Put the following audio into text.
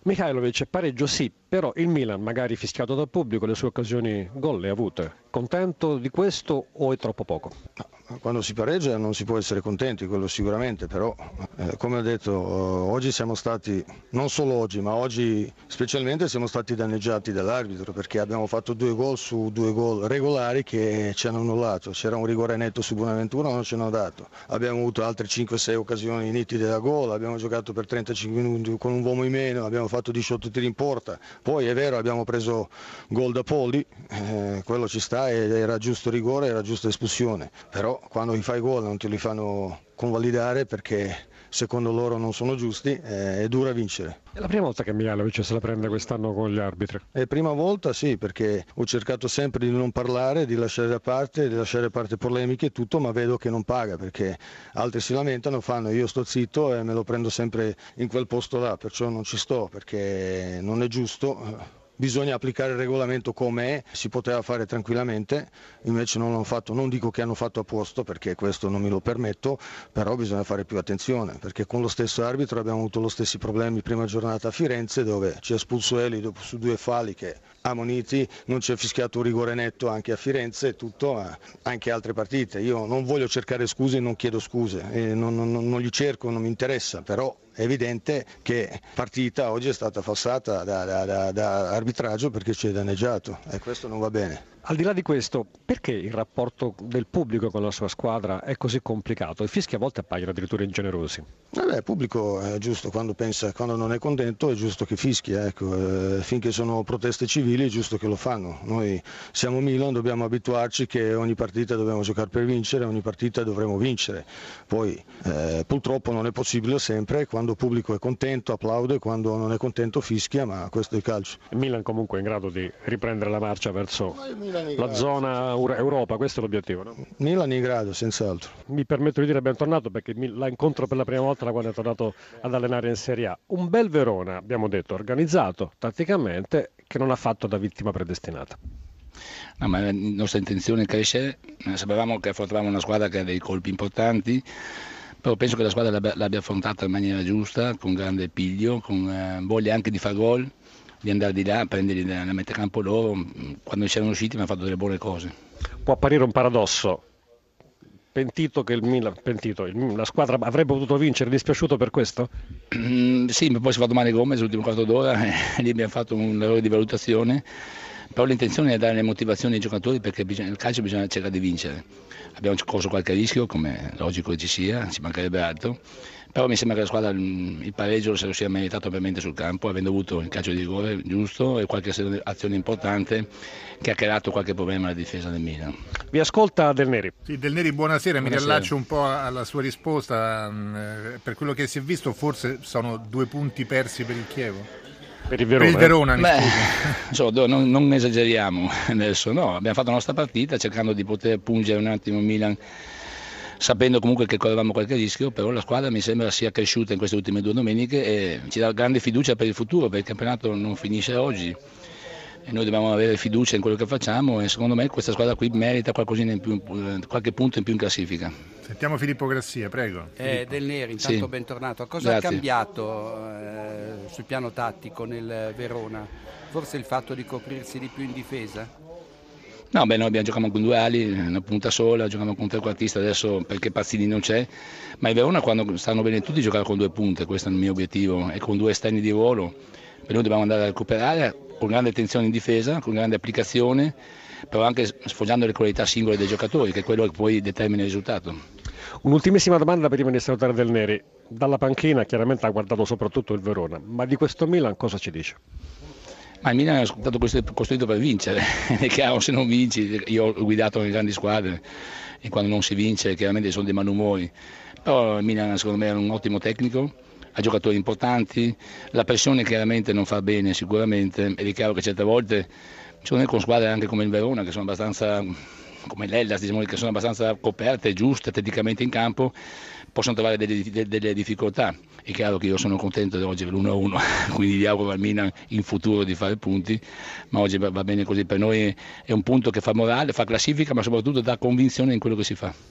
Mihajlovic, pareggio sì, però il Milan, magari fischiato dal pubblico, le sue occasioni gol le ha avute. Contento di questo o è troppo poco? Quando si pareggia non si può essere contenti, quello sicuramente, però come ho detto oggi siamo stati, non solo oggi, ma oggi specialmente siamo stati danneggiati dall'arbitro perché abbiamo fatto 2 gol su 2 gol regolari che ci hanno annullato. C'era un rigore netto su Bonaventura, non ce l'hanno dato. Abbiamo avuto altre 5-6 occasioni nitide da gol, abbiamo giocato per 35 minuti con un uomo in meno, abbiamo fatto 18 tiri in porta. Poi è vero, abbiamo preso gol da Polli, quello ci sta ed era giusto rigore, era giusta espulsione, però quando li fai gol non te li fanno convalidare perché secondo loro non sono giusti, è dura vincere. È la prima volta che Mihajlovic se la prende quest'anno con gli arbitri. È prima volta sì, perché ho cercato sempre di non parlare, di lasciare da parte polemiche e tutto, ma vedo che non paga perché altri si lamentano, fanno io sto zitto e me lo prendo sempre in quel posto là, perciò non ci sto perché non è giusto. Bisogna applicare il regolamento come è, si poteva fare tranquillamente, invece non l'hanno fatto, non dico che hanno fatto a posto perché questo non me lo permetto, però bisogna fare più attenzione perché con lo stesso arbitro abbiamo avuto lo stessi problemi prima giornata a Firenze dove ci ha espulso Eli dopo su 2 falli che ammoniti, non ci è fischiato un rigore netto anche a Firenze e tutto, anche altre partite. Io non voglio cercare scuse, non chiedo scuse, non li cerco, non mi interessa, però è evidente che partita oggi è stata falsata da arbitraggio perché ci è danneggiato e questo non va bene. Al di là di questo, perché il rapporto del pubblico con la sua squadra è così complicato? I fischi a volte appaiono addirittura ingenerosi. Il pubblico è giusto, quando non è contento è giusto che fischia, ecco. Finché sono proteste civili è giusto che lo fanno. Noi siamo Milan, dobbiamo abituarci che ogni partita dobbiamo giocare per vincere, ogni partita dovremo vincere. Poi purtroppo non è possibile sempre, quando il pubblico è contento applaude, quando non è contento fischia, ma questo è il calcio. Il Milan comunque è in grado di riprendere la marcia verso la zona Europa, questo è l'obiettivo, no? Milan è in grado, senz'altro. Mi permetto di dire bentornato perché la incontro per la prima volta da quando è tornato ad allenare in Serie A. Un bel Verona, abbiamo detto, organizzato tatticamente, che non ha fatto da vittima predestinata. No, ma la nostra intenzione è crescere, sapevamo che affrontavamo una squadra che ha dei colpi importanti, però penso che la squadra l'abbia affrontata in maniera giusta, con grande piglio, con voglia anche di far gol, di andare di là, prenderli da mettercampo loro. Quando c'erano usciti mi ha fatto delle buone cose. Può apparire un paradosso, pentito che il Milan, la squadra avrebbe potuto vincere, dispiaciuto per questo? Sì, ma poi si è fatto male Gomez l'ultimo quarto d'ora e lì abbiamo fatto un errore di valutazione, però l'intenzione è dare le motivazioni ai giocatori perché il calcio bisogna cercare di vincere. Abbiamo corso qualche rischio, come logico che ci sia, ci mancherebbe altro, però mi sembra che la squadra il pareggio se lo sia meritato ovviamente sul campo, avendo avuto il calcio di rigore giusto e qualche azione importante che ha creato qualche problema alla difesa del Milan. Vi ascolta Del Neri. Sì, Del Neri, buonasera. Mi Buonasera. riallaccio un po' alla sua risposta. Per quello che si è visto, forse sono 2 punti persi per il Chievo. Per il Verona. Per il Verona, mi scusi. Non esageriamo adesso, no, abbiamo fatto la nostra partita cercando di poter pungere un attimo il Milan, sapendo comunque che correvamo qualche rischio, però la squadra mi sembra sia cresciuta in queste ultime 2 domeniche e ci dà grande fiducia per il futuro, perché il campionato non finisce oggi e noi dobbiamo avere fiducia in quello che facciamo e secondo me questa squadra qui merita qualcosina in più, qualche punto in più in classifica. Sentiamo Filippo Grassia, prego. Del Neri, intanto Sì. bentornato. Cosa Grazie. ha cambiato sul piano tattico nel Verona? Forse il fatto di coprirsi di più in difesa? No, noi abbiamo giocato con 2 ali, una punta sola, giochiamo con 3 quartisti adesso perché Pazzini non c'è, ma il Verona quando stanno bene tutti giocava con 2 punte, questo è il mio obiettivo, e con 2 esterni di ruolo, per noi dobbiamo andare a recuperare con grande attenzione in difesa, con grande applicazione, però anche sfoggiando le qualità singole dei giocatori, che è quello che poi determina il risultato. Un'ultimissima domanda prima di salutare Del Neri. Dalla panchina chiaramente ha guardato soprattutto il Verona, ma di questo Milan cosa ci dice? Ma il Milan è stato costruito per vincere, è chiaro, se non vinci, io ho guidato in grandi squadre e quando non si vince chiaramente sono dei malumori, però il Milan secondo me è un ottimo tecnico, ha giocatori importanti, la pressione chiaramente non fa bene sicuramente ed è chiaro che certe volte secondo me con squadre anche come il Verona che sono abbastanza, come l'Hellas, diciamo, che sono abbastanza coperte, giuste tecnicamente in campo, possono trovare delle difficoltà. È chiaro che io sono contento di oggi l'1-1, quindi gli auguro al Milan in futuro di fare punti, ma oggi va bene così, per noi è un punto che fa morale, fa classifica, ma soprattutto dà convinzione in quello che si fa.